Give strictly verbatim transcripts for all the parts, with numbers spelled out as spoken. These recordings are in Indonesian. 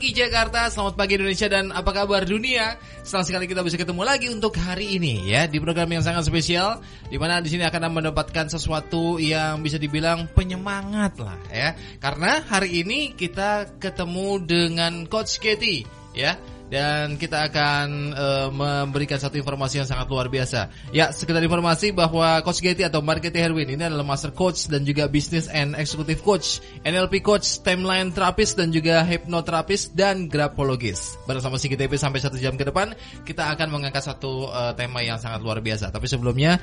pagi Jakarta, selamat pagi Indonesia, dan apa kabar dunia? Senang sekali kita bisa ketemu lagi untuk hari ini ya di program yang sangat spesial, di mana di sini akan mendapatkan sesuatu yang bisa dibilang penyemangat lah ya. Karena hari ini kita ketemu dengan Coach Katie ya. Dan kita akan uh, memberikan satu informasi yang sangat luar biasa. Ya, sekedar informasi bahwa Coach Katie atau Mbak Katie Herwin ini adalah Master Coach dan juga Business and Executive Coach, N L P Coach, Timeline Therapist, dan juga Hypnotherapist dan Grapologist. Bersama si G T P sampai satu jam ke depan, kita akan mengangkat satu uh, tema yang sangat luar biasa. Tapi sebelumnya,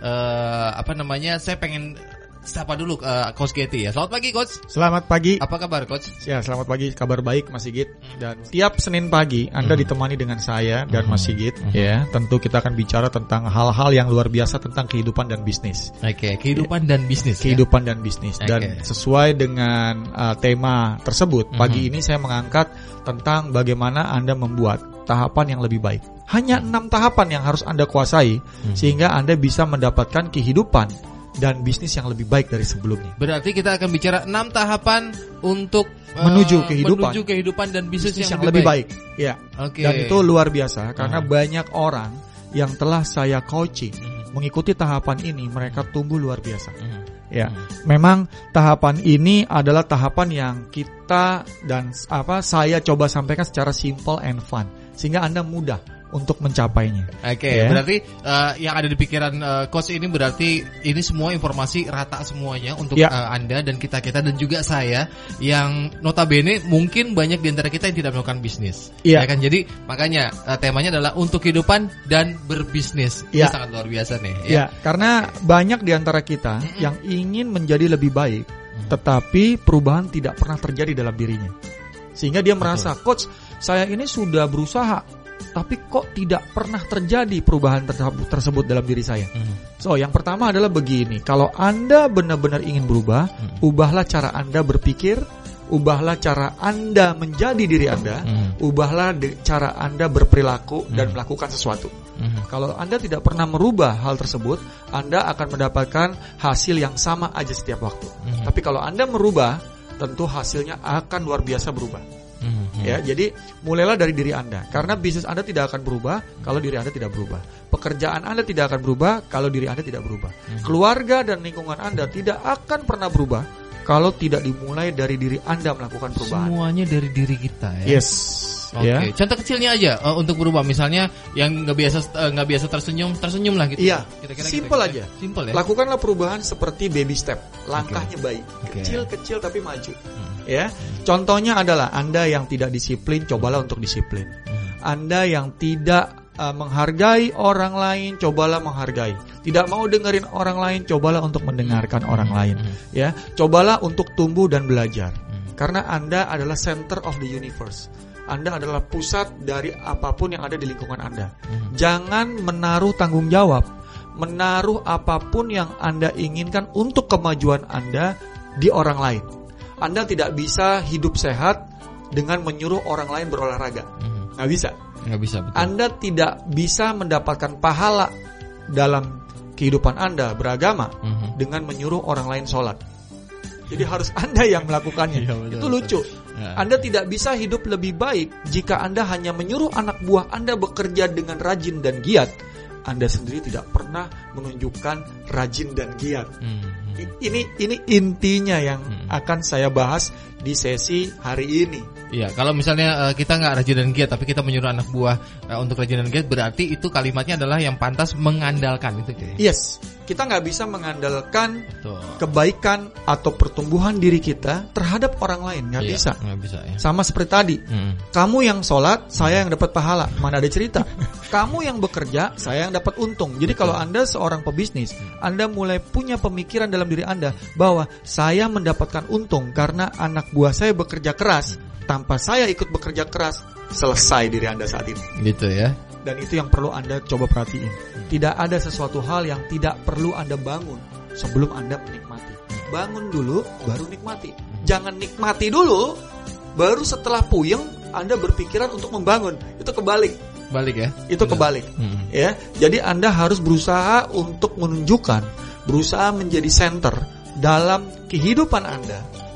uh, apa namanya, saya pengen sapa dulu uh, Coach Katie ya. Selamat pagi Coach. Selamat pagi. Apa kabar Coach? Ya, selamat pagi. Kabar baik Mas Sigit. Dan tiap Senin pagi Anda mm. ditemani dengan saya dan Mas Sigit mm. ya. Tentu kita akan bicara tentang hal-hal yang luar biasa tentang kehidupan dan bisnis. Oke, okay, kehidupan ya. dan bisnis. Kehidupan ya? dan bisnis. Okay. Dan sesuai dengan uh, tema tersebut, mm-hmm. pagi ini saya mengangkat tentang bagaimana Anda membuat tahapan yang lebih baik. Hanya enam tahapan yang harus Anda kuasai mm-hmm. sehingga Anda bisa mendapatkan kehidupan dan bisnis yang lebih baik dari sebelumnya. Berarti kita akan bicara enam tahapan untuk menuju uh, kehidupan, menuju kehidupan dan bisnis, bisnis yang, yang lebih baik. baik. Ya. Okay. Dan itu luar biasa karena uh-huh. banyak orang yang telah saya coaching uh-huh. mengikuti tahapan ini, mereka tumbuh luar biasa. Uh-huh. Ya, uh-huh. memang tahapan ini adalah tahapan yang kita dan apa saya coba sampaikan secara simple and fun sehingga Anda mudah untuk mencapainya. Oke, okay, ya. Berarti uh, yang ada di pikiran uh, Coach ini berarti ini semua informasi rata semuanya untuk ya. uh, Anda dan kita-kita dan juga saya yang notabene mungkin banyak di antara kita yang tidak melakukan bisnis. Ya, ya kan? Jadi makanya uh, temanya adalah untuk kehidupan dan berbisnis. Ya. Ini sangat luar biasa nih. Ya, ya karena okay. banyak di antara kita mm-hmm. yang ingin menjadi lebih baik, mm-hmm. tetapi perubahan tidak pernah terjadi dalam dirinya. Sehingga dia merasa, Coach, saya ini sudah berusaha tapi kok tidak pernah terjadi perubahan tersebut dalam diri saya. Mm. So, yang pertama adalah begini. Kalau Anda benar-benar ingin berubah, mm. ubahlah cara Anda berpikir, ubahlah cara Anda menjadi diri Anda, mm. ubahlah de- cara Anda berperilaku mm. dan melakukan sesuatu. Mm. Kalau Anda tidak pernah merubah hal tersebut, Anda akan mendapatkan hasil yang sama aja setiap waktu. Mm. Tapi kalau Anda merubah, tentu hasilnya akan luar biasa berubah. Mm-hmm. Ya, jadi mulailah dari diri Anda. Karena bisnis Anda tidak akan berubah kalau diri Anda tidak berubah. Pekerjaan Anda tidak akan berubah kalau diri Anda tidak berubah. Mm-hmm. Keluarga dan lingkungan Anda tidak akan pernah berubah kalau tidak dimulai dari diri Anda melakukan perubahan. Semuanya dari diri kita ya. Yes. Oke, okay. Ya. Contoh kecilnya aja uh, untuk berubah, misalnya yang nggak biasa nggak uh, biasa tersenyum, tersenyum lah gitu. Iya. Kira-kira, simple kira-kira. aja. Simple ya. Lakukanlah perubahan seperti baby step, langkahnya okay. baik, okay. kecil-kecil tapi maju. Hmm. Ya, contohnya adalah Anda yang tidak disiplin, cobalah untuk disiplin. Hmm. Anda yang tidak uh, menghargai orang lain, cobalah menghargai. Tidak mau dengerin orang lain, cobalah untuk mendengarkan hmm. orang lain. Hmm. Ya, cobalah untuk tumbuh dan belajar. Hmm. Karena Anda adalah center of the universe. Anda adalah pusat dari apapun yang ada di lingkungan Anda. Hmm. Jangan menaruh tanggung jawab, menaruh apapun yang Anda inginkan untuk kemajuan Anda di orang lain. Anda tidak bisa hidup sehat dengan menyuruh orang lain berolahraga. Hmm. Nggak bisa. Nggak bisa, betul. Anda tidak bisa mendapatkan pahala dalam kehidupan Anda beragama hmm. dengan menyuruh orang lain sholat. Jadi harus Anda yang melakukannya. Ya, betul, itu lucu. Ya. Anda tidak bisa hidup lebih baik jika Anda hanya menyuruh anak buah Anda bekerja dengan rajin dan giat. Anda sendiri tidak pernah menunjukkan rajin dan giat. Hmm. Ini ini intinya yang hmm. akan saya bahas di sesi hari ini. Iya, kalau misalnya uh, kita nggak rajin dan giat, tapi kita menyuruh anak buah uh, untuk rajin dan giat, berarti itu kalimatnya adalah yang pantas mengandalkan itu. Kayak. Yes, kita nggak bisa mengandalkan Tuh. kebaikan atau pertumbuhan diri kita terhadap orang lain, nggak iya, bisa. Nggak bisa. Ya. Sama seperti tadi, hmm. kamu yang sholat, saya yang dapat pahala. Mana ada cerita? Kamu yang bekerja, saya yang dapat untung. Jadi Betul. Kalau Anda seorang pebisnis, Anda mulai punya pemikiran dalam diri Anda bahwa saya mendapatkan untung karena anak buah saya bekerja keras. Tanpa saya ikut bekerja keras, selesai diri Anda saat ini. Gitu ya. Dan itu yang perlu Anda coba perhatiin. Tidak ada sesuatu hal yang tidak perlu Anda bangun sebelum Anda menikmati. Bangun dulu, baru nikmati. Jangan nikmati dulu, baru setelah puyeng Anda berpikiran untuk membangun. Itu kebalik. Balik ya? Itu kebalik. Hmm. Ya. Jadi Anda harus berusaha untuk menunjukkan, berusaha menjadi center dalam kehidupan Anda.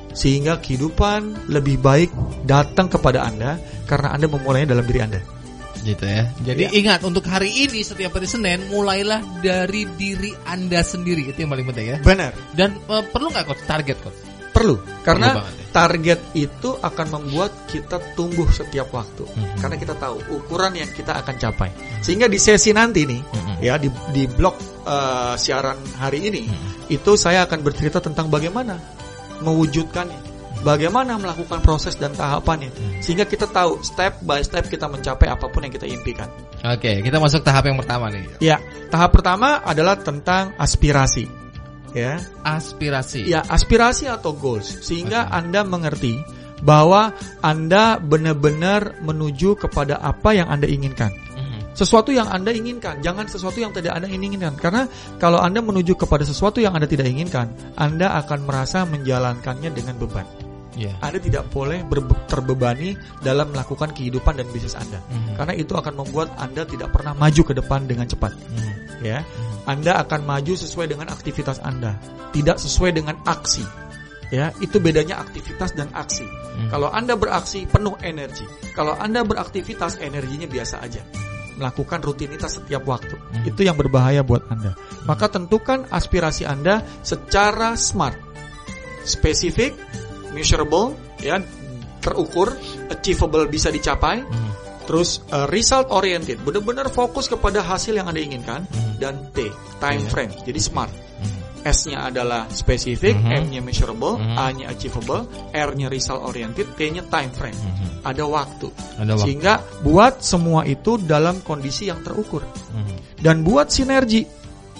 sehingga kehidupan lebih baik datang kepada Anda karena Anda memulainya dalam diri Anda. Gitu ya. Jadi ya. Ingat, untuk hari ini setiap hari Senin mulailah dari diri Anda sendiri. Itu yang paling penting ya. Benar. Dan uh, perlu nggak Coach target Coach? Perlu, karena perlu ya. Target itu akan membuat kita tumbuh setiap waktu. Mm-hmm. Karena kita tahu ukuran yang kita akan capai. Mm-hmm. Sehingga di sesi nanti nih, mm-hmm. ya di di blog uh, siaran hari ini, mm-hmm. itu saya akan bercerita tentang bagaimana mewujudkannya. Bagaimana melakukan proses dan tahapannya, sehingga kita tahu step by step kita mencapai apapun yang kita impikan. Oke, kita masuk tahap yang pertama nih. Ya, tahap pertama adalah tentang aspirasi. Ya, aspirasi. Ya, aspirasi atau goals, sehingga okay. Anda mengerti bahwa Anda benar-benar menuju kepada apa yang Anda inginkan. Sesuatu yang Anda inginkan, jangan sesuatu yang tidak Anda inginkan. Karena kalau Anda menuju kepada sesuatu yang Anda tidak inginkan, Anda akan merasa menjalankannya dengan beban. Yeah. Anda tidak boleh berbe- terbebani dalam melakukan kehidupan dan bisnis Anda, mm-hmm. karena itu akan membuat Anda tidak pernah maju ke depan dengan cepat. Mm-hmm. Ya, mm-hmm. Anda akan maju sesuai dengan aktivitas Anda, tidak sesuai dengan aksi. Ya, itu bedanya aktivitas dan aksi. Mm-hmm. Kalau Anda beraksi penuh energi, kalau Anda beraktivitas energinya biasa aja. Melakukan rutinitas setiap waktu, mm-hmm. itu yang berbahaya buat Anda. Mm-hmm. Maka tentukan aspirasi Anda secara smart, spesifik, measurable, ya, terukur, achievable, bisa dicapai, mm. terus uh, result oriented, benar-benar fokus kepada hasil yang Anda inginkan, mm. dan T, time yeah. frame, jadi smart. Mm. S-nya adalah spesifik, mm-hmm. M-nya measurable, mm-hmm. A-nya achievable, R-nya result oriented, T-nya time frame. Mm-hmm. Ada waktu. Ada waktu. Sehingga buat semua itu dalam kondisi yang terukur. Mm-hmm. Dan buat sinergi.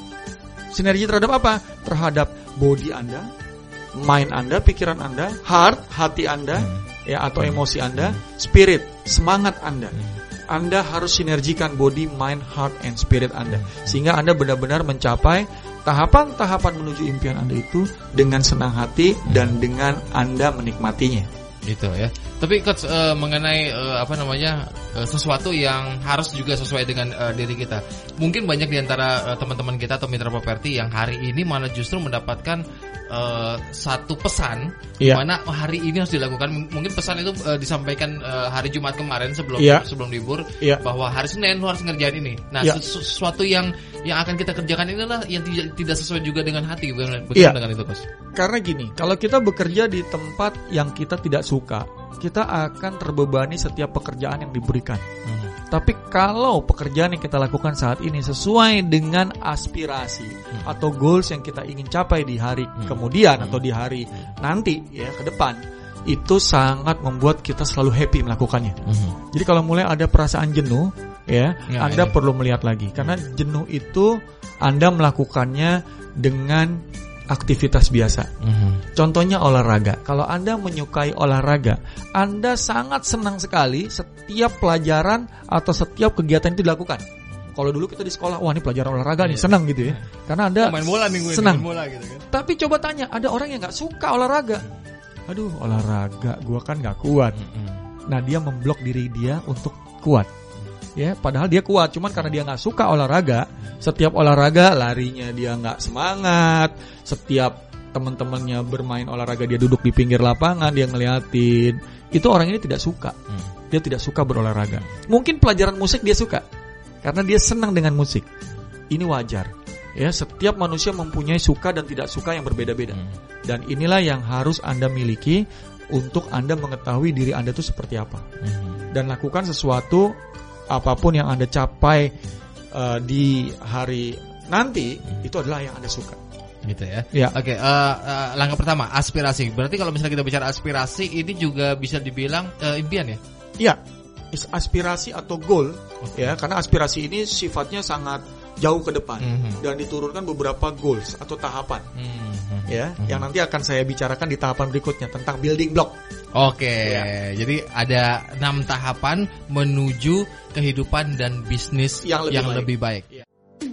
Sinergi terhadap apa? Terhadap body Anda, mind Anda, pikiran Anda, heart, hati Anda, hmm. ya, atau emosi Anda, spirit, semangat Anda. Hmm. Anda harus sinergikan body, mind, heart, and spirit Anda, sehingga Anda benar-benar mencapai tahapan-tahapan menuju impian Anda itu dengan senang hati dan dengan Anda menikmatinya. Gitu ya. Tapi Coach, uh, mengenai uh, apa namanya uh, sesuatu yang harus juga sesuai dengan uh, diri kita. Mungkin banyak di antara uh, teman-teman kita atau mitra properti yang hari ini malah justru mendapatkan uh, satu pesan yeah. di mana oh, hari ini harus dilakukan. M- mungkin pesan itu uh, disampaikan uh, hari Jumat kemarin sebelum yeah. sebelum libur yeah. bahwa hari Senin lu harus ngerjain ini. Nah, yeah. sesu- sesuatu yang yang akan kita kerjakan inilah yang tidak tidak sesuai juga dengan hati. Bagaimana yeah. dengan itu, Coach? Karena gini, kalau kita bekerja di tempat yang kita tidak suka, kita akan terbebani setiap pekerjaan yang diberikan. Hmm. Tapi kalau pekerjaan yang kita lakukan saat ini sesuai dengan aspirasi hmm. atau goals yang kita ingin capai di hari hmm. kemudian hmm. atau di hari hmm. nanti ya ke depan, itu sangat membuat kita selalu happy melakukannya. Hmm. Jadi kalau mulai ada perasaan jenuh, ya, ya Anda ini. perlu melihat lagi, karena jenuh itu Anda melakukannya dengan aktivitas biasa. Mm-hmm. Contohnya olahraga. Kalau Anda menyukai olahraga, Anda sangat senang sekali setiap pelajaran atau setiap kegiatan itu dilakukan. Kalau dulu kita di sekolah, wah ini pelajaran olahraga nih, yeah. senang gitu ya. Karena Anda oh, main bola minggu senang. Main bola gitu kan. Tapi coba tanya, ada orang yang nggak suka olahraga. Aduh, olahraga, gua kan nggak kuat. Mm-hmm. Nah, dia memblok diri dia untuk kuat. Ya, padahal dia kuat, cuman karena dia nggak suka olahraga, setiap olahraga larinya dia nggak semangat, setiap teman-temannya bermain olahraga dia duduk di pinggir lapangan, dia ngeliatin, itu orang ini tidak suka, dia tidak suka berolahraga. Mungkin pelajaran musik dia suka, karena dia senang dengan musik, ini wajar. Ya, setiap manusia mempunyai suka dan tidak suka yang berbeda-beda, dan inilah yang harus Anda miliki untuk Anda mengetahui diri Anda itu seperti apa, dan lakukan sesuatu apapun yang Anda capai uh, di hari nanti, hmm. itu adalah yang Anda suka. Gitu ya. Ya. Oke, okay, uh, uh, langkah pertama aspirasi. Berarti kalau misalnya kita bicara aspirasi, ini juga bisa dibilang uh, impian ya? Iya, aspirasi atau goal, okay. ya, karena aspirasi ini sifatnya sangat jauh ke depan, mm-hmm. dan diturunkan beberapa goals atau tahapan, mm-hmm. ya, mm-hmm. yang nanti akan saya bicarakan di tahapan berikutnya tentang building block. Oke, ya. Jadi ada enam tahapan menuju kehidupan dan bisnis yang lebih yang baik. Lebih baik. Ya.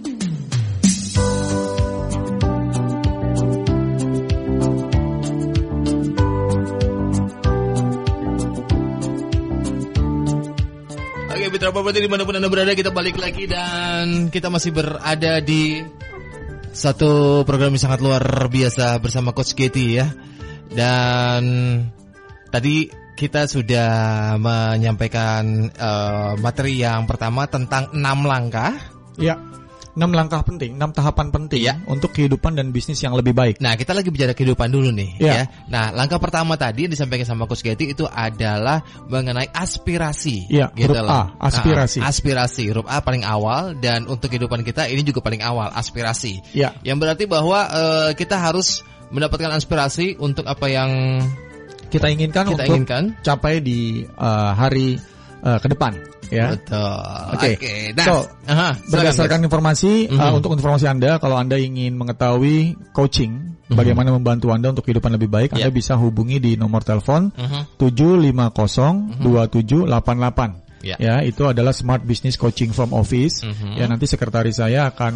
Oke, Mitra Properti dimanapun Anda berada, kita balik lagi dan kita masih berada di satu program yang sangat luar biasa bersama Coach Getty ya. Dan tadi kita sudah menyampaikan uh, materi yang pertama tentang enam langkah. Ya. enam langkah penting, enam tahapan penting ya. Untuk kehidupan dan bisnis yang lebih baik. Nah, kita lagi bicara kehidupan dulu nih ya. ya. Nah, langkah pertama tadi yang disampaikan sama Coach Getty itu adalah mengenai aspirasi. Iya, gitu huruf loh. A, aspirasi. Nah, aspirasi, huruf A paling awal, dan untuk kehidupan kita ini juga paling awal, aspirasi. Ya. Yang berarti bahwa uh, kita harus mendapatkan aspirasi untuk apa yang kita inginkan kita untuk inginkan. capai di uh, hari uh, ke depan. Ya. Betul. Oke. Okay. Okay. Nah, so, aha, berdasarkan informasi mm-hmm. uh, untuk informasi Anda, kalau Anda ingin mengetahui coaching, mm-hmm. bagaimana membantu Anda untuk kehidupan lebih baik, yeah. Anda bisa hubungi di nomor telepon mm-hmm. tujuh lima nol dua tujuh delapan delapan. Yeah. Ya, itu adalah Smart Business Coaching from Office. Mm-hmm. Ya, nanti sekretaris saya akan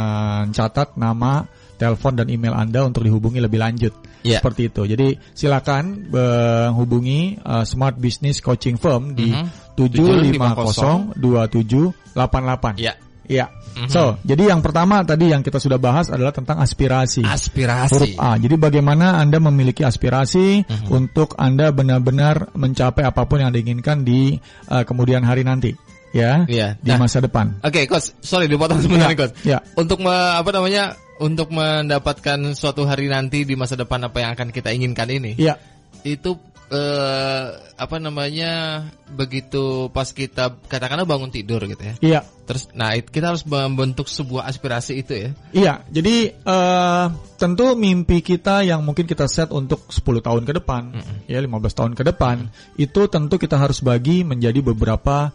mencatat nama, telepon dan email Anda untuk dihubungi lebih lanjut. Yeah. Seperti itu. Jadi silakan menghubungi uh, Smart Business Coaching Firm di mm-hmm. tujuh lima nol dua tujuh delapan delapan. Ya. Ya. Mm-hmm. So, jadi yang pertama tadi yang kita sudah bahas adalah tentang aspirasi. Aspirasi. Huruf A. Jadi bagaimana Anda memiliki aspirasi mm-hmm. untuk Anda benar-benar mencapai apapun yang Anda inginkan di uh, kemudian hari nanti. Ya, yeah. di nah, masa depan. Oke, okay, Coach. Sorry dipotong sebentar, ya, Coach. Ya. Untuk me, apa namanya? Untuk mendapatkan suatu hari nanti di masa depan apa yang akan kita inginkan ini. Ya. Itu eh, apa namanya? Begitu pas kita katakanlah bangun tidur gitu ya. Iya. Terus nah kita harus membentuk sebuah aspirasi itu ya. Iya. Jadi eh, tentu mimpi kita yang mungkin kita set untuk sepuluh tahun ke depan, mm-hmm. ya lima belas tahun ke depan, mm-hmm. itu tentu kita harus bagi menjadi beberapa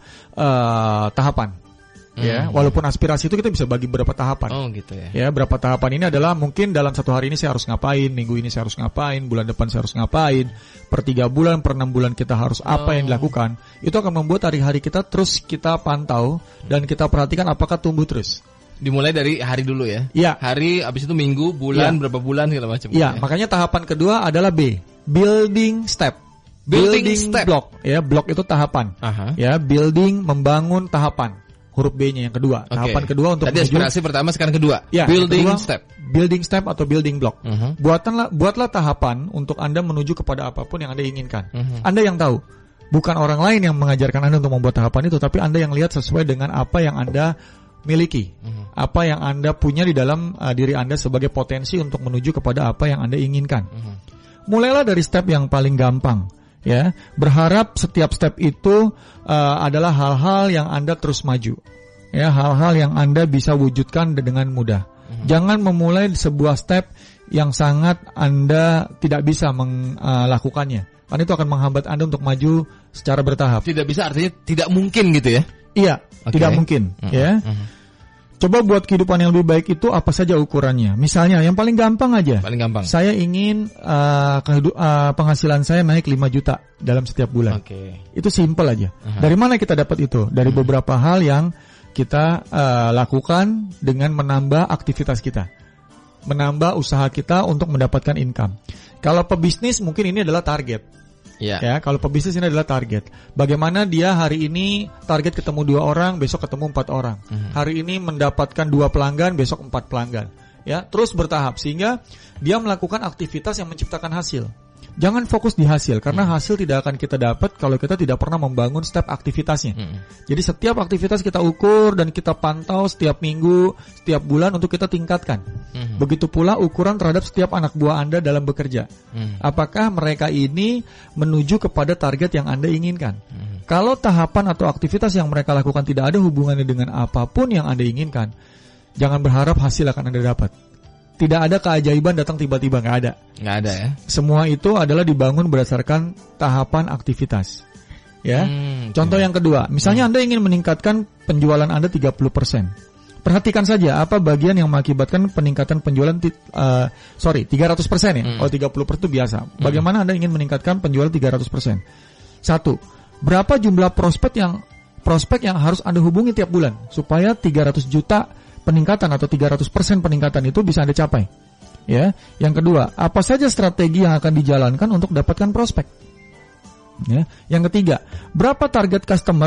eh, tahapan. Ya, hmm. walaupun aspirasi itu kita bisa bagi beberapa tahapan. Oh, gitu ya. Ya, berapa tahapan ini adalah mungkin dalam satu hari ini saya harus ngapain, minggu ini saya harus ngapain, bulan depan saya harus ngapain, per tiga bulan, per enam bulan kita harus apa oh. yang dilakukan. Itu akan membuat hari-hari kita terus kita pantau dan kita perhatikan apakah tumbuh terus. Dimulai dari hari dulu ya. Iya. Hari, habis itu minggu, bulan, ya. berapa bulan segala macam. Iya, ya. Makanya tahapan kedua adalah B, building step. Building, building step. block. Ya, block itu tahapan. Aha. Ya, building membangun tahapan. Huruf B-nya yang kedua. Okay. Tahapan kedua untuk tadi aspirasi menuju, pertama sekarang kedua. Ya, building kedua, step. Building step atau building block. Uh-huh. Buatlah buatlah tahapan untuk Anda menuju kepada apapun yang Anda inginkan. Uh-huh. Anda yang tahu. Bukan orang lain yang mengajarkan Anda untuk membuat tahapan itu, tapi Anda yang lihat sesuai dengan apa yang Anda miliki. Uh-huh. Apa yang Anda punya di dalam uh, diri Anda sebagai potensi untuk menuju kepada apa yang Anda inginkan. Uh-huh. Mulailah dari step yang paling gampang. Ya, berharap setiap step itu uh, adalah hal-hal yang Anda terus maju. Ya, hal-hal yang Anda bisa wujudkan dengan mudah. Hmm. Jangan memulai sebuah step yang sangat Anda tidak bisa melakukannya. Karena itu akan menghambat Anda untuk maju secara bertahap. Tidak bisa artinya tidak mungkin gitu ya? Iya, okay. tidak mungkin. Hmm. Ya. Hmm. Coba buat kehidupan yang lebih baik itu apa saja ukurannya. Misalnya yang paling gampang aja. Paling gampang. Saya ingin uh, kehidu- uh, penghasilan saya naik lima juta dalam setiap bulan. Okay. Itu simple aja. Uh-huh. Dari mana kita dapat itu? Dari hmm. beberapa hal yang kita uh, lakukan dengan menambah aktivitas kita, menambah usaha kita untuk mendapatkan income. Kalau pebisnis mungkin ini adalah target. Yeah. Ya, kalau pebisnis ini adalah target. Bagaimana dia hari ini target ketemu dua orang, besok ketemu empat orang. Mm-hmm. Hari ini mendapatkan dua pelanggan, besok empat pelanggan. Ya, terus bertahap sehingga dia melakukan aktivitas yang menciptakan hasil. Jangan fokus di hasil, karena hasil tidak akan kita dapat kalau kita tidak pernah membangun step aktivitasnya. Hmm. Jadi setiap aktivitas kita ukur dan kita pantau setiap minggu, setiap bulan untuk kita tingkatkan. Hmm. Begitu pula ukuran terhadap setiap anak buah Anda dalam bekerja. Hmm. Apakah mereka ini menuju kepada target yang Anda inginkan? Hmm. Kalau tahapan atau aktivitas yang mereka lakukan tidak ada hubungannya dengan apapun yang Anda inginkan, jangan berharap hasil akan Anda dapat. Tidak ada keajaiban datang tiba-tiba, nggak ada. Nggak ada ya. Semua itu adalah dibangun berdasarkan tahapan aktivitas. Ya. Hmm, Contoh okay. yang kedua, misalnya hmm. Anda ingin meningkatkan penjualan Anda tiga puluh persen. Perhatikan saja apa bagian yang mengakibatkan peningkatan penjualan uh, sorry, tiga ratus persen ya. Hmm. Oh, tiga puluh persen itu biasa. Bagaimana hmm. Anda ingin meningkatkan penjualan tiga ratus persen? Satu, berapa jumlah prospek yang prospek yang harus Anda hubungi tiap bulan supaya tiga ratus juta peningkatan atau tiga ratus persen peningkatan itu bisa Anda capai. Ya. Yang kedua, apa saja strategi yang akan dijalankan untuk dapatkan prospek? Ya. Yang ketiga, berapa target customer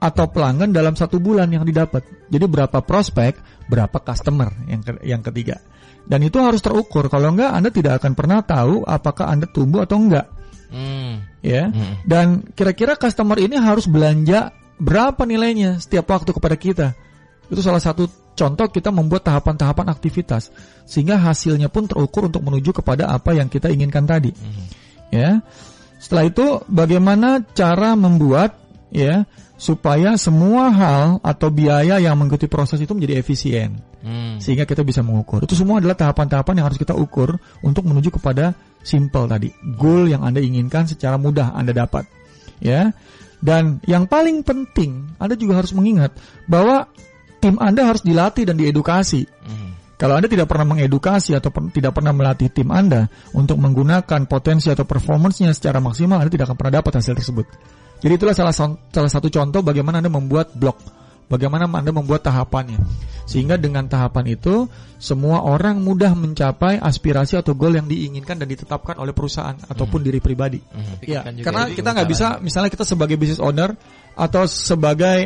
atau pelanggan dalam satu bulan yang didapat. Jadi berapa prospek, berapa customer yang ke, yang ketiga. Dan itu harus terukur. Kalau enggak, Anda tidak akan pernah tahu apakah Anda tumbuh atau enggak. Hmm. Ya. Hmm. Dan kira-kira customer ini harus belanja berapa nilainya setiap waktu kepada kita. Itu salah satu contoh kita membuat tahapan-tahapan aktivitas sehingga hasilnya pun terukur untuk menuju kepada apa yang kita inginkan tadi. Hmm. Ya. Setelah itu bagaimana cara membuat ya supaya semua hal atau biaya yang mengikuti proses itu menjadi efisien. Hmm. Sehingga kita bisa mengukur. Itu semua adalah tahapan-tahapan yang harus kita ukur untuk menuju kepada simple tadi, goal yang Anda inginkan secara mudah Anda dapat. Ya. Dan yang paling penting, Anda juga harus mengingat bahwa tim Anda harus dilatih dan diedukasi. Hmm. Kalau Anda tidak pernah mengedukasi atau per- tidak pernah melatih tim Anda untuk menggunakan potensi atau performance-nya secara maksimal, Anda tidak akan pernah dapat hasil tersebut. Jadi itulah salah, salah satu contoh bagaimana Anda membuat blok, bagaimana Anda membuat tahapannya. Sehingga dengan tahapan itu, semua orang mudah mencapai aspirasi atau goal yang diinginkan dan ditetapkan oleh perusahaan ataupun hmm. diri pribadi. Hmm. Ya, karena kita nggak bisa, misalnya kita sebagai business owner atau sebagai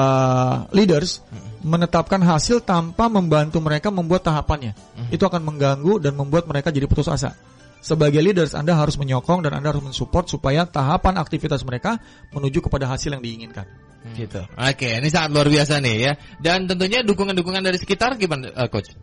uh, leaders, hmm. menetapkan hasil tanpa membantu mereka membuat tahapannya. Hmm. Itu akan mengganggu dan membuat mereka jadi putus asa. Sebagai leaders, Anda harus menyokong dan Anda harus mensupport supaya tahapan aktivitas mereka menuju kepada hasil yang diinginkan. Hmm. Gitu. Oke, ini sangat luar biasa nih ya. Dan tentunya dukungan-dukungan dari sekitar gimana, uh, Coach?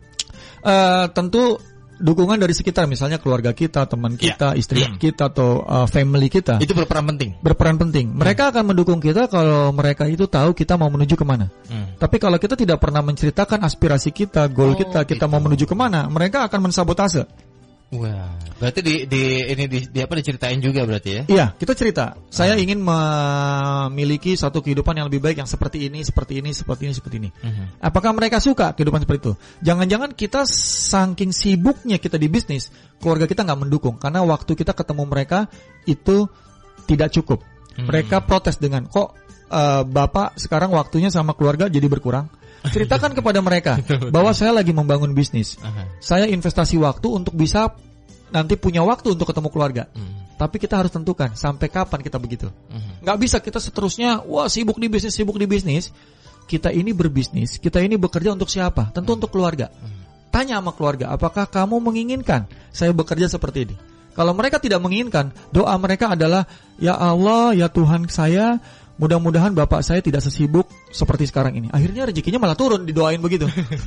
Uh, tentu dukungan dari sekitar, misalnya keluarga kita, teman kita, ya. istri hmm. kita atau uh, family kita. Itu berperan penting. Berperan penting. Mereka hmm. akan mendukung kita kalau mereka itu tahu kita mau menuju kemana. Hmm. Tapi kalau kita tidak pernah menceritakan aspirasi kita, goal oh, kita, kita gitu. mau menuju kemana, mereka akan mensabotase. Wah, berarti di, di ini di, di apa diceritain juga berarti ya? Iya, kita cerita. Saya hmm. ingin memiliki satu kehidupan yang lebih baik yang seperti ini, seperti ini, seperti ini, seperti ini. Hmm. Apakah mereka suka kehidupan seperti itu? Jangan-jangan kita saking sibuknya kita di bisnis, keluarga kita nggak mendukung karena waktu kita ketemu mereka itu tidak cukup. Hmm. Mereka protes dengan kok uh, Bapak sekarang waktunya sama keluarga jadi berkurang. Ceritakan kepada mereka bahwa saya lagi membangun bisnis. Saya investasi waktu untuk bisa nanti punya waktu untuk ketemu keluarga. Mm. Tapi kita harus tentukan sampai kapan kita begitu. Mm. Gak bisa kita seterusnya wah sibuk di bisnis, sibuk di bisnis. Kita ini berbisnis, kita ini bekerja untuk siapa? Tentu mm. untuk keluarga. Mm. Tanya sama keluarga, apakah kamu menginginkan saya bekerja seperti ini? Kalau mereka tidak menginginkan, doa mereka adalah ya Allah, ya Tuhan saya, mudah-mudahan bapak saya tidak sesibuk seperti sekarang ini. Akhirnya rezekinya malah turun, didoain begitu.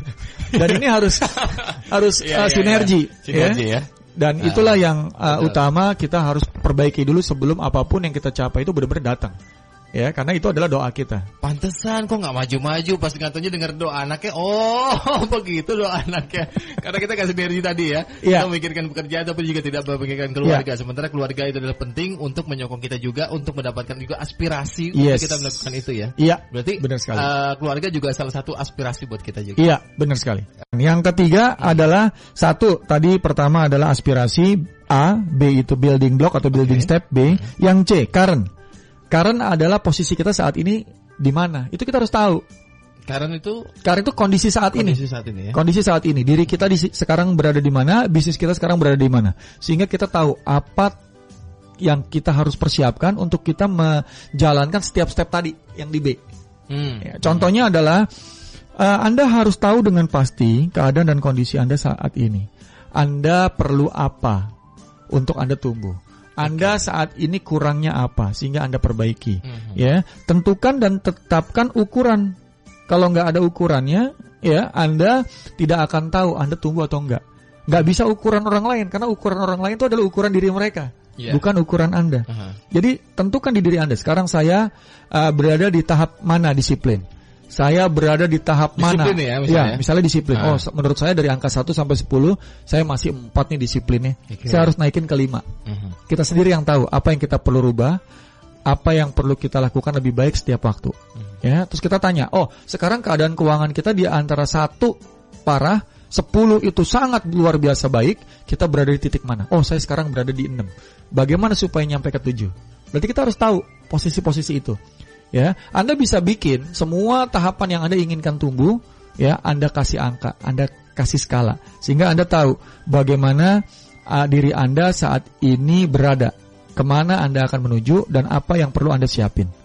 Dan ini harus harus ya, uh, sinergi, ya, ya. sinergi ya. Dan nah, itulah yang uh, utama kita harus perbaiki dulu sebelum apapun yang kita capai itu benar-benar datang. Ya, karena itu adalah doa kita. Pantesan kok nggak maju-maju pas ngantunya dengar doa anaknya. Oh, begitu doa anaknya. Karena kita kasih sinergi tadi ya. Yeah. Kita memikirkan pekerjaan tapi juga tidak memikirkan keluarga. Yeah. Sementara keluarga itu adalah penting untuk menyokong kita juga untuk mendapatkan juga aspirasi yes. untuk kita melakukan itu ya. Iya. Yeah. Berarti benar sekali. Uh, keluarga juga salah satu aspirasi buat kita juga. Iya, yeah, benar sekali. Yang ketiga hmm. adalah satu tadi pertama adalah aspirasi A, B itu building block atau building okay. step, B, hmm. yang C current. Karena adalah posisi kita saat ini di mana? Itu kita harus tahu. Karena itu karena itu kondisi saat kondisi ini. Saat ini ya? Kondisi saat ini. Diri kita di, sekarang berada di mana, bisnis kita sekarang berada di mana. Sehingga kita tahu apa yang kita harus persiapkan untuk kita menjalankan setiap step tadi yang di B. Hmm. Ya, contohnya hmm. adalah uh, Anda harus tahu dengan pasti keadaan dan kondisi Anda saat ini. Anda perlu apa untuk Anda tumbuh? Anda okay. saat ini kurangnya apa sehingga Anda perbaiki. Mm-hmm. Ya, tentukan dan tetapkan ukuran. Kalau nggak ada ukurannya, ya Anda tidak akan tahu Anda tumbuh atau enggak. Nggak bisa ukuran orang lain karena ukuran orang lain itu adalah ukuran diri mereka, yeah. bukan ukuran Anda. Uh-huh. Jadi tentukan di diri Anda. Sekarang saya uh, berada di tahap mana disiplin? Saya berada di tahap disiplin mana? Ya, misalnya. ya, misalnya disiplin. Ah. Oh, menurut saya dari angka satu sampai sepuluh, saya masih empat nih disiplinnya. Okay. Saya harus naikin ke lima. Uh-huh. Kita sendiri yang tahu apa yang kita perlu rubah, apa yang perlu kita lakukan lebih baik setiap waktu. Uh-huh. Ya, terus kita tanya, oh, sekarang keadaan keuangan kita di antara satu parah, sepuluh itu sangat luar biasa baik, kita berada di titik mana? Oh, saya sekarang berada di enam. Bagaimana supaya nyampe ke tujuh? Berarti kita harus tahu posisi-posisi itu. Ya, Anda bisa bikin semua tahapan yang Anda inginkan tumbuh, ya, Anda kasih angka, Anda kasih skala, sehingga Anda tahu bagaimana uh, diri Anda saat ini berada, kemana Anda akan menuju, dan apa yang perlu Anda siapin.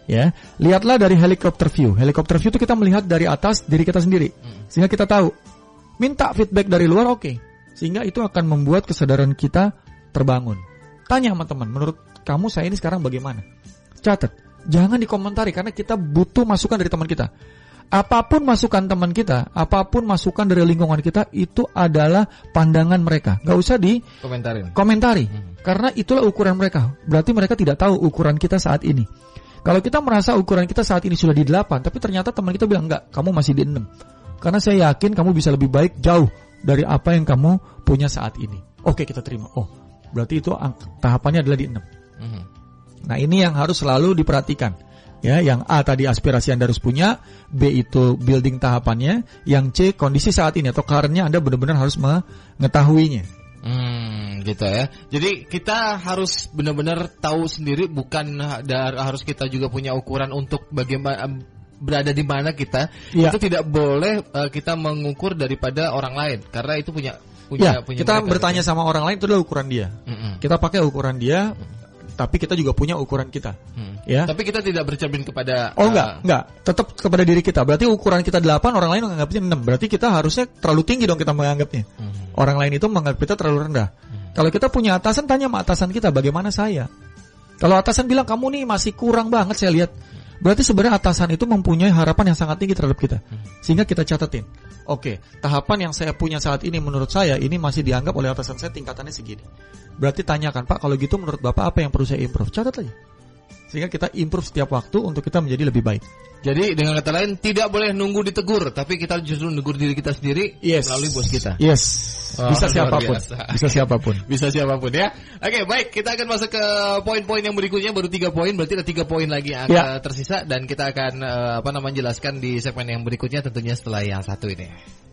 Ya, lihatlah dari helicopter view. Helicopter view itu kita melihat dari atas diri kita sendiri, sehingga kita tahu. Minta feedback dari luar, oke. Okay. Sehingga itu akan membuat kesadaran kita terbangun. Tanya sama teman, menurut kamu saya ini sekarang bagaimana? Catat, jangan dikomentari karena kita butuh masukan dari teman kita. Apapun masukan teman kita, apapun masukan dari lingkungan kita, itu adalah pandangan mereka. Gak usah di komentarin. komentari, hmm. karena itulah ukuran mereka. Berarti mereka tidak tahu ukuran kita saat ini. Kalau kita merasa ukuran kita saat ini sudah di delapan, tapi ternyata teman kita bilang enggak, kamu masih di enam. Karena saya yakin kamu bisa lebih baik jauh dari apa yang kamu punya saat ini. Oke, kita terima. Oh, berarti itu tahapannya adalah di enam. Mm-hmm. Nah, ini yang harus selalu diperhatikan. Ya, yang A tadi aspirasi Anda harus punya, B itu building tahapannya, yang C kondisi saat ini atau current-nya Anda benar-benar harus mengetahuinya. Hmm, gitu ya. Jadi kita harus benar-benar tahu sendiri, bukan dar, harus kita juga punya ukuran untuk bagaimana berada di mana kita. Ya. Itu tidak boleh uh, kita mengukur daripada orang lain karena itu punya punya ya, punya kita mereka, bertanya gitu. Sama orang lain itu adalah ukuran dia. Mm-mm. Kita pakai ukuran dia. Mm. Tapi kita juga punya ukuran kita, hmm. ya. Tapi kita tidak bercermin kepada. Oh enggak, uh, enggak. Tetap kepada diri kita. Berarti ukuran kita delapan, orang lain menganggapnya enam. Berarti kita harusnya terlalu tinggi dong kita menganggapnya. Hmm. Orang lain itu menganggap kita terlalu rendah. Hmm. Kalau kita punya atasan, tanya sama atasan kita, bagaimana saya? Kalau atasan bilang kamu nih masih kurang banget, saya lihat. Berarti sebenarnya atasan itu mempunyai harapan yang sangat tinggi terhadap kita. Hmm. Sehingga kita catatin. Oke, tahapan yang saya punya saat ini menurut saya ini masih dianggap oleh atasan saya tingkatannya segini. Berarti tanyakan, Pak, kalau gitu menurut Bapak apa yang perlu saya improve? Catat aja. Sehingga kita improve setiap waktu untuk kita menjadi lebih baik. Jadi dengan kata lain tidak boleh nunggu ditegur, tapi kita justru negur diri kita sendiri yes. melalui bos kita. Yes. Oh, bisa siapapun. Bisa siapapun. Bisa siapapun ya. Oke, baik, kita akan masuk ke poin-poin yang berikutnya, baru tiga poin, berarti ada tiga poin lagi yang akan ya. tersisa dan kita akan uh, apa namanya jelaskan di segmen yang berikutnya tentunya setelah yang satu ini.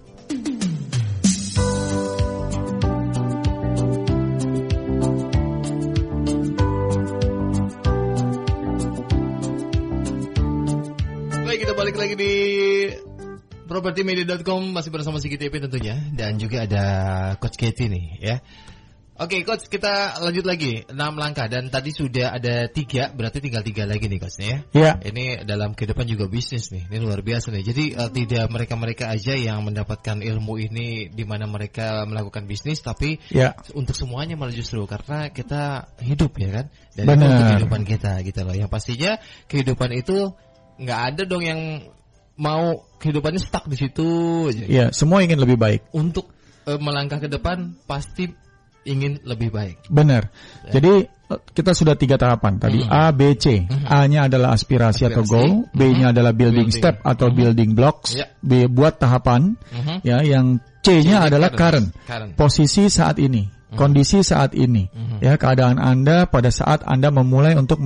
Baik, kita balik lagi di property media dot com masih bersama Sigit T P tentunya dan juga ada Coach Katie nih ya. Oke, Coach, kita lanjut lagi enam langkah dan tadi sudah ada tiga, berarti tinggal tiga lagi nih, Coach ya. Iya. Ini dalam kehidupan juga bisnis nih, ini luar biasa nih. Jadi uh, tidak mereka-mereka aja yang mendapatkan ilmu ini di mana mereka melakukan bisnis, tapi ya. Untuk semuanya malah justru karena kita hidup ya kan, dan itu untuk kehidupan kita gitu loh. Yang pastinya kehidupan itu nggak ada dong yang mau kehidupannya stuck di situ aja. Iya, semua ingin lebih baik. Untuk uh, melangkah ke depan pasti ingin lebih baik. Benar. Ya. Jadi kita sudah tiga tahapan tadi, mm-hmm. A, B, C. Mm-hmm. A-nya adalah aspirasi, aspirasi atau goal, B-nya mm-hmm. adalah building, building step atau mm-hmm. building blocks, yeah. B buat tahapan, mm-hmm. ya. Yang C-nya C adalah current. current, posisi saat ini, mm-hmm. kondisi saat ini, mm-hmm. ya, keadaan Anda pada saat Anda memulai untuk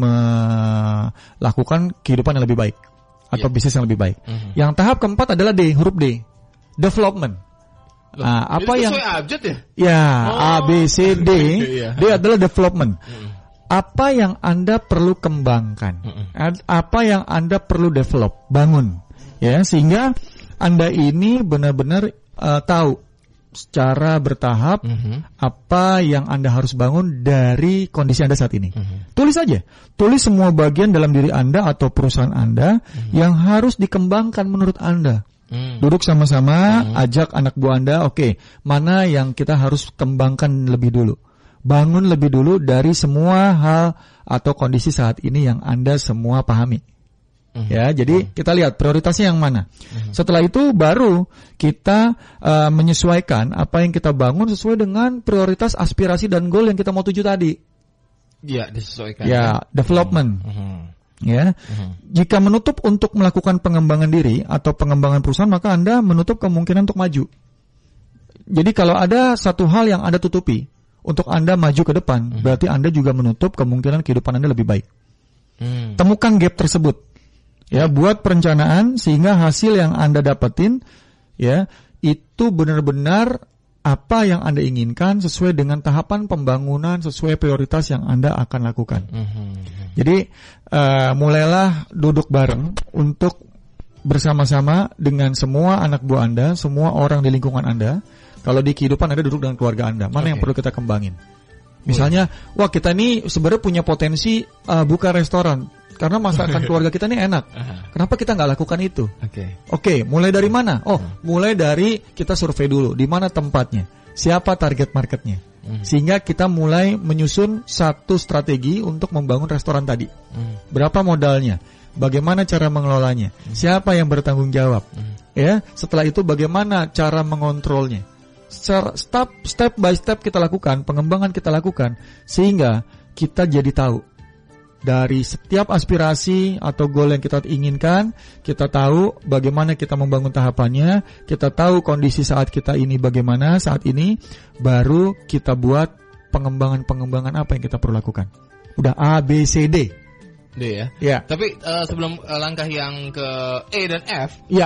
melakukan kehidupan yang lebih baik atau yeah. bisnis yang lebih baik. Mm-hmm. Yang tahap keempat adalah D, huruf D, development. Loh, nah, apa yang abjad ya? Ya, oh. A, B, C, D. iya. D adalah development. Mm. Apa yang Anda perlu kembangkan? Mm-mm. Apa yang Anda perlu develop, bangun. Ya, sehingga Anda ini benar-benar uh, tahu secara bertahap mm-hmm. apa yang Anda harus bangun dari kondisi Anda saat ini. Mm-hmm. Tulis aja. Tulis semua bagian dalam diri Anda atau perusahaan Anda mm-hmm. yang harus dikembangkan menurut Anda. Hmm. Duduk sama-sama, hmm. ajak anak buah Anda, oke, okay, mana yang kita harus kembangkan lebih dulu. Bangun lebih dulu dari semua hal atau kondisi saat ini yang Anda semua pahami. Hmm. Ya, jadi hmm. kita lihat prioritasnya yang mana. Hmm. Setelah itu baru kita uh, menyesuaikan apa yang kita bangun sesuai dengan prioritas, aspirasi dan goal yang kita mau tuju tadi. Ya, disesuaikan. Ya, development. Hmm. Hmm. Ya, uh-huh. Jika menutup untuk melakukan pengembangan diri atau pengembangan perusahaan, maka Anda menutup kemungkinan untuk maju. Jadi kalau ada satu hal yang Anda tutupi untuk Anda maju ke depan, uh-huh. berarti Anda juga menutup kemungkinan kehidupan Anda lebih baik. Uh-huh. Temukan gap tersebut, ya, buat perencanaan sehingga hasil yang Anda dapetin, ya, itu benar-benar apa yang Anda inginkan sesuai dengan tahapan pembangunan, sesuai prioritas yang Anda akan lakukan. Uh-huh. Jadi uh, mulailah duduk bareng untuk bersama-sama dengan semua anak buah Anda, semua orang di lingkungan Anda. Kalau di kehidupan Anda duduk dengan keluarga Anda, mana okay. yang perlu kita kembangin? Misalnya, wah kita ini sebenarnya punya potensi uh, buka restoran. karena masakan keluarga kita ini enak. Kenapa kita nggak lakukan itu? Oke. Okay. Oke, okay, mulai dari mana? Oh, hmm. mulai dari kita survei dulu, di mana tempatnya, siapa target marketnya, hmm. sehingga kita mulai menyusun satu strategi untuk membangun restoran tadi. Hmm. Berapa modalnya? Bagaimana cara mengelolanya? Hmm. Siapa yang bertanggung jawab? Hmm. Ya, setelah itu bagaimana cara mengontrolnya? Step step by step kita lakukan, pengembangan kita lakukan, sehingga kita jadi tahu dari setiap aspirasi atau goal yang kita inginkan, kita tahu bagaimana kita membangun tahapannya, kita tahu kondisi saat kita ini bagaimana saat ini, baru kita buat pengembangan-pengembangan apa yang kita perlu lakukan. Udah A, B, C, D. D ya. Ya. Tapi uh, sebelum uh, langkah yang ke E dan F, ya.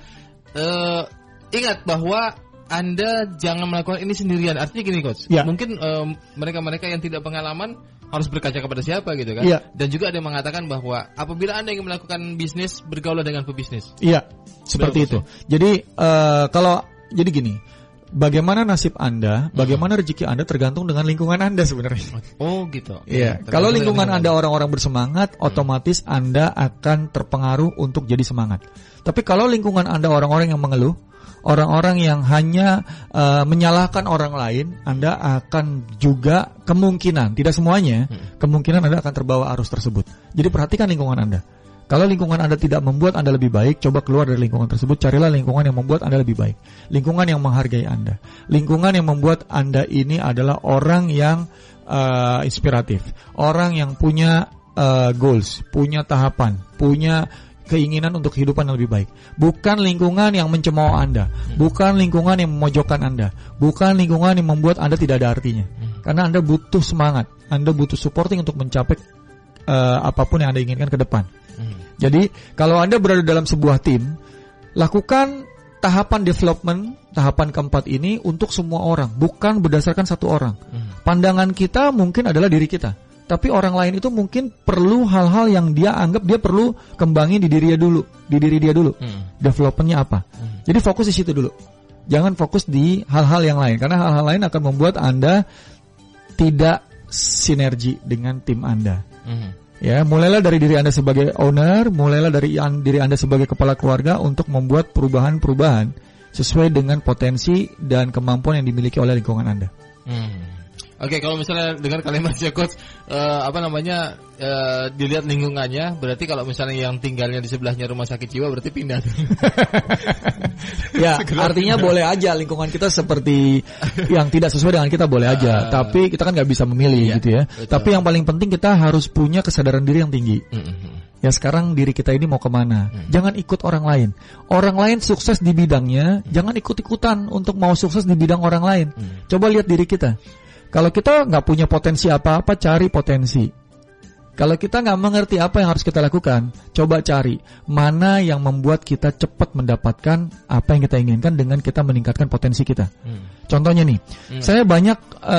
uh, ingat bahwa Anda jangan melakukan ini sendirian. Artinya gini, Coach. Ya. Mungkin um, mereka-mereka yang tidak pengalaman harus berkaca kepada siapa gitu kan. Ya. Dan juga ada yang mengatakan bahwa apabila Anda ingin melakukan bisnis, bergaul dengan pebisnis. Iya, seperti itu. Ya? Jadi uh, kalau jadi gini, bagaimana nasib Anda, bagaimana rezeki Anda tergantung dengan lingkungan Anda sebenarnya. Oh gitu. Iya. Kalau lingkungan Anda orang-orang bersemangat, hmm. otomatis Anda akan terpengaruh untuk jadi semangat. Tapi kalau lingkungan Anda orang-orang yang mengeluh, orang-orang yang hanya uh, menyalahkan orang lain, Anda akan juga kemungkinan, tidak semuanya, hmm. kemungkinan Anda akan terbawa arus tersebut. Jadi perhatikan lingkungan Anda. Kalau lingkungan Anda tidak membuat Anda lebih baik, coba keluar dari lingkungan tersebut, carilah lingkungan yang membuat Anda lebih baik. Lingkungan yang menghargai Anda. Lingkungan yang membuat Anda ini adalah orang yang uh, inspiratif. Orang yang punya uh, goals, punya tahapan, punya keinginan untuk kehidupan yang lebih baik. Bukan lingkungan yang mencemooh Anda, bukan lingkungan yang memojokkan Anda, bukan lingkungan yang membuat Anda tidak ada artinya. Karena Anda butuh semangat, Anda butuh supporting untuk mencapai uh, apapun yang Anda inginkan ke depan. Jadi kalau Anda berada dalam sebuah tim, lakukan tahapan development, tahapan keempat ini untuk semua orang, bukan berdasarkan satu orang. Pandangan kita mungkin adalah diri kita, tapi orang lain itu mungkin perlu hal-hal yang dia anggap dia perlu kembangin di diri dia dulu, di diri dia dulu. Hmm. Developmentnya apa? Hmm. Jadi fokus di situ dulu. Jangan fokus di hal-hal yang lain, karena hal-hal lain akan membuat Anda tidak sinergi dengan tim Anda. Hmm. Ya, mulailah dari diri Anda sebagai owner, mulailah dari diri Anda sebagai kepala keluarga untuk membuat perubahan-perubahan sesuai dengan potensi dan kemampuan yang dimiliki oleh lingkungan Anda. Hmm. Oke, okay, kalau misalnya dengar kalimatnya Coach, uh, apa namanya, uh, dilihat lingkungannya, berarti kalau misalnya yang tinggalnya di sebelahnya rumah sakit jiwa, berarti pindah. Ya, artinya boleh aja lingkungan kita seperti yang tidak sesuai dengan kita boleh aja, uh, tapi kita kan nggak bisa memilih iya, gitu ya. Betul. Tapi yang paling penting kita harus punya kesadaran diri yang tinggi. Mm-hmm. Ya sekarang diri kita ini mau kemana? Mm. Jangan ikut orang lain. Orang lain sukses di bidangnya, mm. jangan ikut-ikutan untuk mau sukses di bidang orang lain. Mm. Coba lihat diri kita. Kalau kita nggak punya potensi apa-apa, cari potensi. Kalau kita nggak mengerti apa yang harus kita lakukan, coba cari mana yang membuat kita cepat mendapatkan apa yang kita inginkan dengan kita meningkatkan potensi kita. Hmm. Contohnya nih, hmm. saya banyak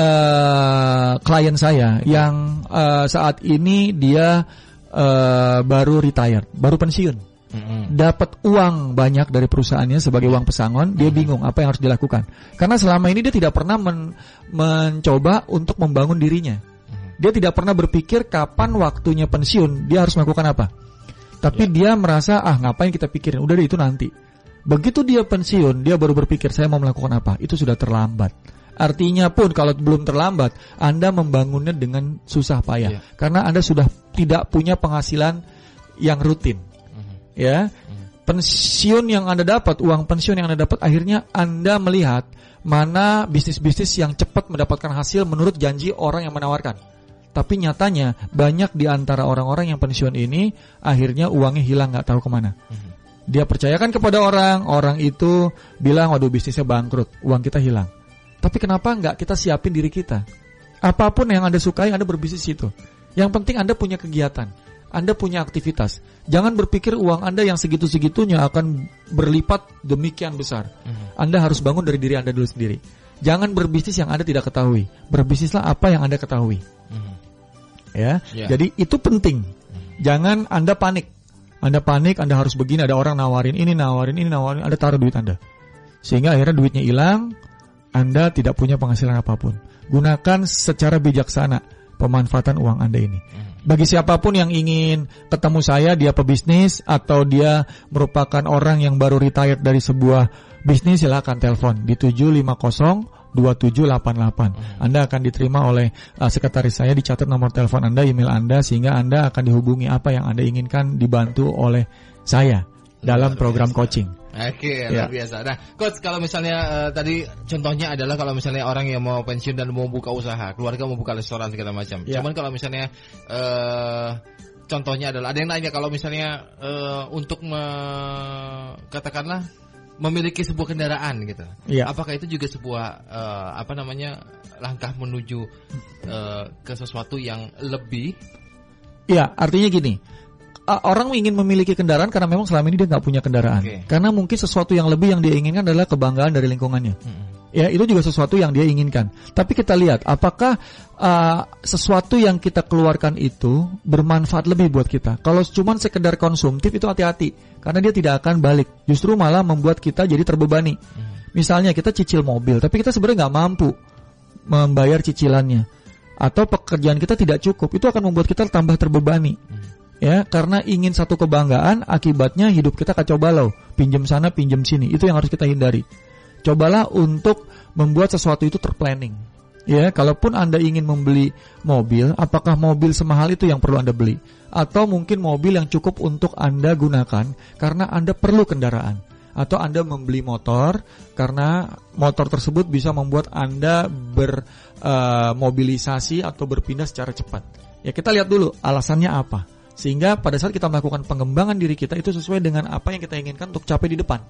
uh, klien saya yang uh, saat ini dia uh, baru retire, baru pensiun. Mm-hmm. Dapat uang banyak dari perusahaannya sebagai uang pesangon, dia mm-hmm. bingung apa yang harus dilakukan. Karena selama ini dia tidak pernah men- mencoba untuk membangun dirinya. Mm-hmm. Dia tidak pernah berpikir kapan waktunya pensiun, dia harus melakukan apa. Tapi yeah. dia merasa, ah ngapain kita pikirin, udah deh itu nanti. Begitu dia pensiun, dia baru berpikir saya mau melakukan apa, itu sudah terlambat. Artinya pun kalau belum terlambat, Anda membangunnya dengan susah payah. Yeah. Karena Anda sudah tidak punya penghasilan yang rutin. Ya, pensiun yang Anda dapat, uang pensiun yang Anda dapat, akhirnya Anda melihat mana bisnis-bisnis yang cepat mendapatkan hasil menurut janji orang yang menawarkan. Tapi nyatanya banyak di antara orang-orang yang pensiun ini akhirnya uangnya hilang, nggak tahu kemana. Dia percayakan kepada orang, orang itu bilang, waduh bisnisnya bangkrut, uang kita hilang. Tapi kenapa nggak kita siapin diri kita? Apapun yang Anda sukai, Anda berbisnis itu. Yang penting Anda punya kegiatan. Anda punya aktivitas. Jangan berpikir uang Anda yang segitu-segitunya akan berlipat demikian besar. Mm-hmm. Anda harus bangun dari diri Anda dulu sendiri. Jangan berbisnis yang Anda tidak ketahui. Berbisnislah apa yang Anda ketahui. Mm-hmm. Ya, yeah. Jadi itu penting. Mm-hmm. Jangan Anda panik. Anda panik, Anda harus begini. Ada orang nawarin ini, nawarin ini, nawarin. Anda taruh duit Anda. Sehingga akhirnya duitnya hilang. Anda tidak punya penghasilan apapun. Gunakan secara bijaksana pemanfaatan uang Anda ini. Mm-hmm. Bagi siapapun yang ingin ketemu saya, dia pebisnis atau dia merupakan orang yang baru retired dari sebuah bisnis, silakan telepon di tujuh lima nol dua tujuh delapan delapan. Anda akan diterima oleh uh, sekretaris saya, dicatat nomor telepon Anda, email Anda, sehingga Anda akan dihubungi apa yang Anda inginkan dibantu oleh saya dalam program coaching. Oke, ya. Luar biasa. Nah, Coach, kalau misalnya uh, tadi contohnya adalah kalau misalnya orang yang mau pensiun dan mau buka usaha, keluarga mau buka restoran segala macam. Ya. Cuman kalau misalnya uh, contohnya adalah ada yang nanya kalau misalnya uh, untuk me, katakanlah memiliki sebuah kendaraan gitu. Ya. Apakah itu juga sebuah uh, apa namanya langkah menuju uh, ke sesuatu yang lebih? Iya, artinya gini. Orang ingin memiliki kendaraan karena memang selama ini dia nggak punya kendaraan. Okay. Karena mungkin sesuatu yang lebih yang dia inginkan adalah kebanggaan dari lingkungannya. Hmm. Ya, itu juga sesuatu yang dia inginkan. Tapi kita lihat apakah uh, sesuatu yang kita keluarkan itu bermanfaat lebih buat kita. Kalau cuma sekedar konsumtif itu hati-hati, karena dia tidak akan balik. Justru malah membuat kita jadi terbebani. Hmm. Misalnya kita cicil mobil, tapi kita sebenarnya nggak mampu membayar cicilannya, atau pekerjaan kita tidak cukup, itu akan membuat kita tambah terbebani. Hmm. Ya, karena ingin satu kebanggaan, akibatnya hidup kita kacau balau, pinjam sana, pinjam sini. Itu yang harus kita hindari. Cobalah untuk membuat sesuatu itu terplanning. Ya, kalaupun Anda ingin membeli mobil, apakah mobil semahal itu yang perlu Anda beli? Atau mungkin mobil yang cukup untuk Anda gunakan karena Anda perlu kendaraan. Atau Anda membeli motor karena motor tersebut bisa membuat Anda bermobilisasi uh, atau berpindah secara cepat. Ya, kita lihat dulu alasannya apa. Sehingga pada saat kita melakukan pengembangan diri kita itu sesuai dengan apa yang kita inginkan untuk capai di depan.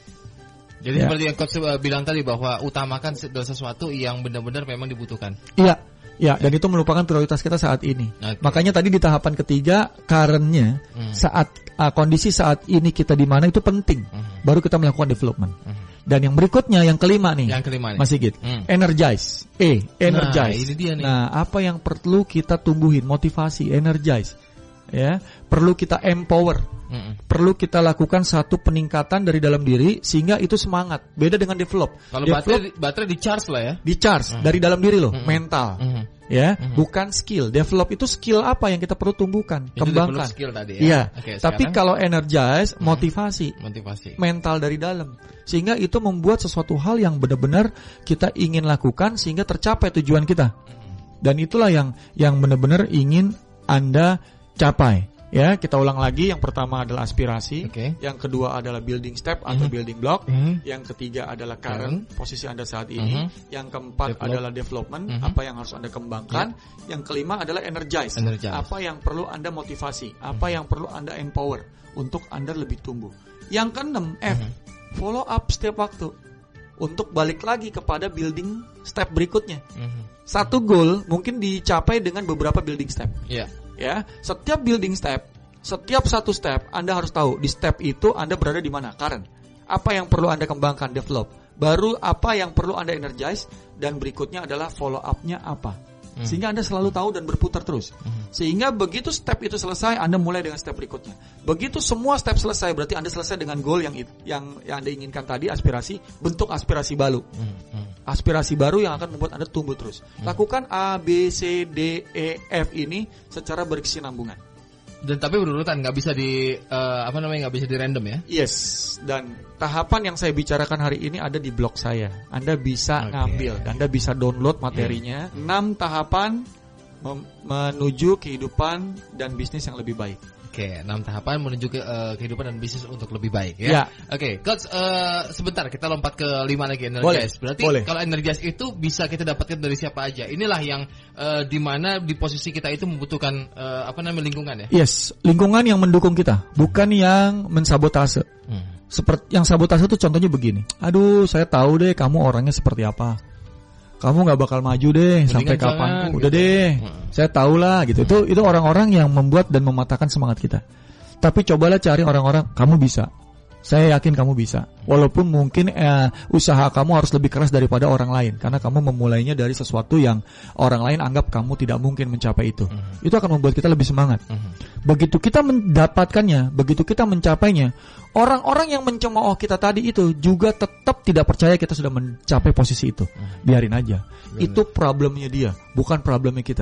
Jadi ya. Seperti yang Coach bilang tadi bahwa utamakan sesuatu yang benar-benar memang dibutuhkan. Iya, ya, dan itu merupakan prioritas kita saat ini. Okay. Makanya tadi di tahapan ketiga, current-nya hmm. saat uh, kondisi saat ini kita di mana itu penting. Hmm. Baru kita melakukan development. Hmm. Dan yang berikutnya, yang kelima nih, yang kelima nih. Mas Sigit, hmm. energize. E, energize. Nah, ini dia nih. Nah, apa yang perlu kita tumbuhin? Motivasi, energize. Ya, perlu kita empower, mm-mm. perlu kita lakukan satu peningkatan dari dalam diri sehingga itu semangat. Beda dengan develop. Kalau develop, baterai, baterai di charge lah ya. Di charge mm-hmm. dari dalam diri loh, mm-hmm. mental, mm-hmm. ya, mm-hmm. bukan skill. Develop itu skill apa yang kita perlu tumbuhkan, itu kembangkan. Skill tadi ya. Iya. Okay, tapi kalau energize, mm-hmm. motivasi, motivasi, mental dari dalam, sehingga itu membuat sesuatu hal yang benar-benar kita ingin lakukan sehingga tercapai tujuan kita. Mm-hmm. Dan itulah yang yang benar-benar ingin Anda capai. Ya, kita ulang lagi. Yang pertama adalah aspirasi, okay. Yang kedua adalah building step atau mm-hmm. building block, mm-hmm. Yang ketiga adalah current, mm-hmm. posisi Anda saat ini, mm-hmm. Yang keempat Develop. adalah development, mm-hmm. apa yang harus Anda kembangkan, yeah. Yang kelima adalah energize, energize, apa yang perlu Anda motivasi, apa mm-hmm. yang perlu Anda empower untuk Anda lebih tumbuh. Yang keenam, F, mm-hmm. follow up setiap waktu untuk balik lagi kepada building step berikutnya. Mm-hmm. Satu goal mungkin dicapai dengan beberapa building step. Yeah. Ya, setiap building step, setiap satu step Anda harus tahu di step itu Anda berada di mana, current. Apa yang perlu Anda kembangkan, develop. Baru apa yang perlu Anda energize, dan berikutnya adalah follow up-nya apa. Hmm. Sehingga Anda selalu tahu dan berputar terus. Hmm. Sehingga begitu step itu selesai, Anda mulai dengan step berikutnya. Begitu semua step selesai, berarti Anda selesai dengan goal yang yang yang Anda inginkan tadi, aspirasi, bentuk aspirasi baru. Hmm. Hmm. Aspirasi baru yang akan membuat Anda tumbuh terus. Hmm. Lakukan A, B, C, D, E, F ini secara berkesinambungan. Dan tapi berurutan, nggak bisa di uh, apa namanya nggak bisa di random ya? Yes. Dan tahapan yang saya bicarakan hari ini ada di blog saya. Anda bisa okay. ngambil, Anda bisa download materinya. enam hmm. tahapan mem- menuju kehidupan dan bisnis yang lebih baik. Oke, enam tahapan menuju ke uh, kehidupan dan bisnis untuk lebih baik ya. ya. Oke, Coach, uh, sebentar kita lompat ke lima lagi, energize. Berarti boleh. Kalau energize itu bisa kita dapatkan dari siapa aja. Inilah yang uh, di mana di posisi kita itu membutuhkan uh, apa namanya lingkungan ya. Yes, lingkungan yang mendukung kita, bukan yang mensabotase. Hmm. Seperti yang sabotase itu contohnya begini. Aduh, saya tahu deh kamu orangnya seperti apa. Kamu nggak bakal maju deh. Mendingan sampai kapan? Udah gitu. deh, hmm. saya tahu lah gitu. Hmm. Itu itu orang-orang yang membuat dan mematahkan semangat kita. Tapi cobalah cari orang-orang, kamu bisa. Saya yakin kamu bisa. Walaupun mungkin eh, usaha kamu harus lebih keras daripada orang lain, karena kamu memulainya dari sesuatu yang orang lain anggap kamu tidak mungkin mencapai itu. Hmm. Itu akan membuat kita lebih semangat. Hmm. Begitu kita mendapatkannya, begitu kita mencapainya, orang-orang yang mencemooh kita tadi itu juga tetap tidak percaya kita sudah mencapai posisi itu. Hmm. Biarin aja. Benar. Itu problemnya dia, bukan problemnya kita. Hmm.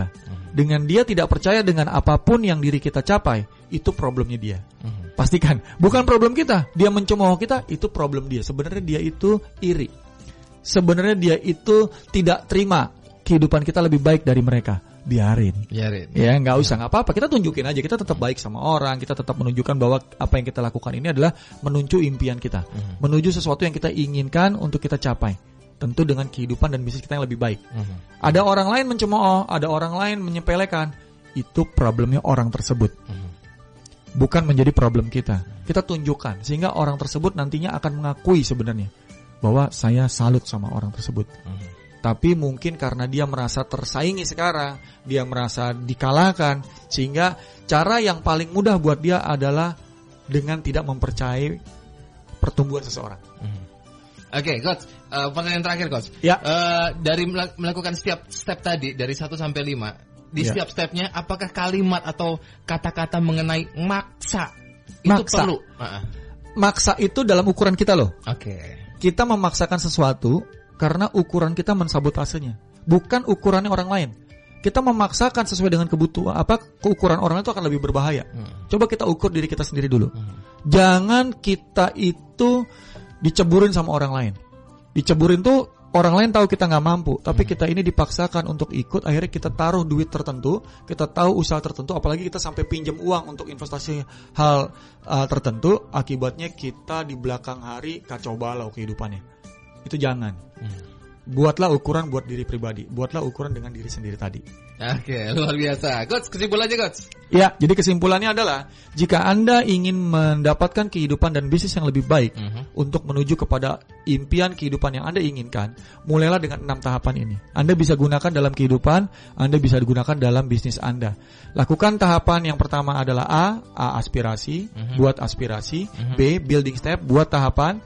dengan dia tidak percaya dengan apapun yang diri kita capai, itu problemnya dia. Mm-hmm. Pastikan, bukan problem kita. Dia mencemooh kita, itu problem dia. Sebenarnya dia itu iri. Sebenarnya dia itu tidak terima kehidupan kita lebih baik dari mereka. Biarin. Biarin. Ya, nggak usah, nggak apa-apa. Kita tunjukin aja, kita tetap baik sama orang, kita tetap menunjukkan bahwa apa yang kita lakukan ini adalah menuju impian kita, mm-hmm. menuju sesuatu yang kita inginkan untuk kita capai. Tentu dengan kehidupan dan bisnis kita yang lebih baik. Mm-hmm. Ada orang lain mencemooh, ada orang lain menyepelekan, itu problemnya orang tersebut. Mm-hmm. Bukan menjadi problem kita. Kita tunjukkan sehingga orang tersebut nantinya akan mengakui sebenarnya bahwa saya salut sama orang tersebut. Mm-hmm. Tapi mungkin karena dia merasa tersaingi sekarang, dia merasa dikalahkan, sehingga cara yang paling mudah buat dia adalah dengan tidak mempercayai pertumbuhan seseorang. Mm-hmm. Oke, okay, Coach. Uh, pertanyaan terakhir, Coach. Ya. Uh, dari melakukan setiap step tadi dari satu sampai lima, di ya. Setiap stepnya, apakah kalimat atau kata-kata mengenai maksa itu maksa. perlu? Uh-uh. Maksa itu dalam ukuran kita loh. Oke. Okay. Kita memaksakan sesuatu karena ukuran kita mensabotasenya, bukan ukurannya orang lain. Kita memaksakan sesuai dengan kebutuhan apa keukuran orang itu akan lebih berbahaya. Hmm. Coba kita ukur diri kita sendiri dulu. Hmm. Jangan kita itu diceburin sama orang lain. Diceburin tuh orang lain tahu kita nggak mampu, tapi hmm. kita ini dipaksakan untuk ikut. Akhirnya kita taruh duit tertentu, kita tahu usaha tertentu, apalagi kita sampai pinjam uang untuk investasi hal uh, tertentu. Akibatnya kita di belakang hari kacau balau kehidupannya. Itu jangan. Hmm. Buatlah ukuran buat diri pribadi, buatlah ukuran dengan diri sendiri tadi. Oke, luar biasa. Coach, kesimpulannya, Coach. Ya, jadi kesimpulannya adalah jika Anda ingin mendapatkan kehidupan dan bisnis yang lebih baik uh-huh. untuk menuju kepada impian kehidupan yang Anda inginkan, mulailah dengan enam tahapan ini. Anda bisa gunakan dalam kehidupan, Anda bisa digunakan dalam bisnis Anda. Lakukan tahapan yang pertama adalah A, A aspirasi, uh-huh. buat aspirasi, uh-huh. B, building step, buat tahapan.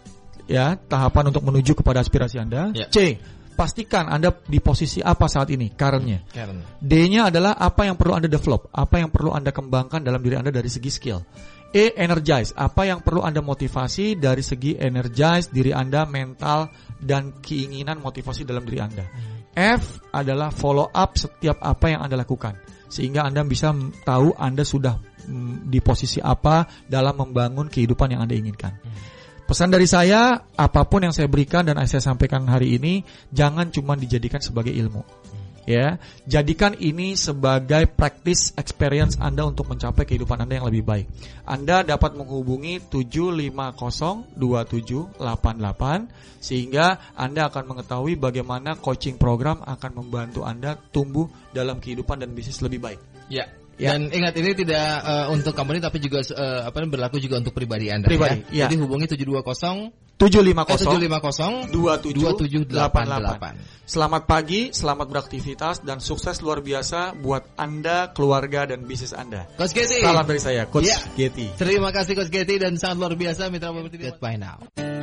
Ya, tahapan untuk menuju kepada aspirasi Anda. Yeah. C, pastikan Anda di posisi apa saat ini, current-nya. Current. D-nya adalah apa yang perlu Anda develop, apa yang perlu Anda kembangkan dalam diri Anda dari segi skill. E, energize, apa yang perlu Anda motivasi dari segi energize diri Anda, mental dan keinginan motivasi dalam diri Anda. F adalah follow up setiap apa yang Anda lakukan, sehingga Anda bisa tahu Anda sudah mm, di posisi apa dalam membangun kehidupan yang Anda inginkan. Pesan dari saya, apapun yang saya berikan dan saya sampaikan hari ini, jangan cuma dijadikan sebagai ilmu. Ya, jadikan ini sebagai practice experience Anda untuk mencapai kehidupan Anda yang lebih baik. Anda dapat menghubungi tujuh lima nol dua tujuh delapan delapan sehingga Anda akan mengetahui bagaimana coaching program akan membantu Anda tumbuh dalam kehidupan dan bisnis lebih baik. Ya. Ya. Dan ingat, ini tidak uh, untuk company tapi juga uh, apa berlaku juga untuk pribadi Anda. Pribadi, ya. Ya. Jadi hubungi tujuh dua nol tujuh lima nol tujuh lima nol dua tujuh delapan delapan. Selamat pagi, selamat beraktivitas dan sukses luar biasa buat Anda, keluarga dan bisnis Anda. Coach Getty. Salam dari saya, Coach ya. Getty. Terima kasih Coach Getty dan sangat luar biasa mitra properti. Goodbye now.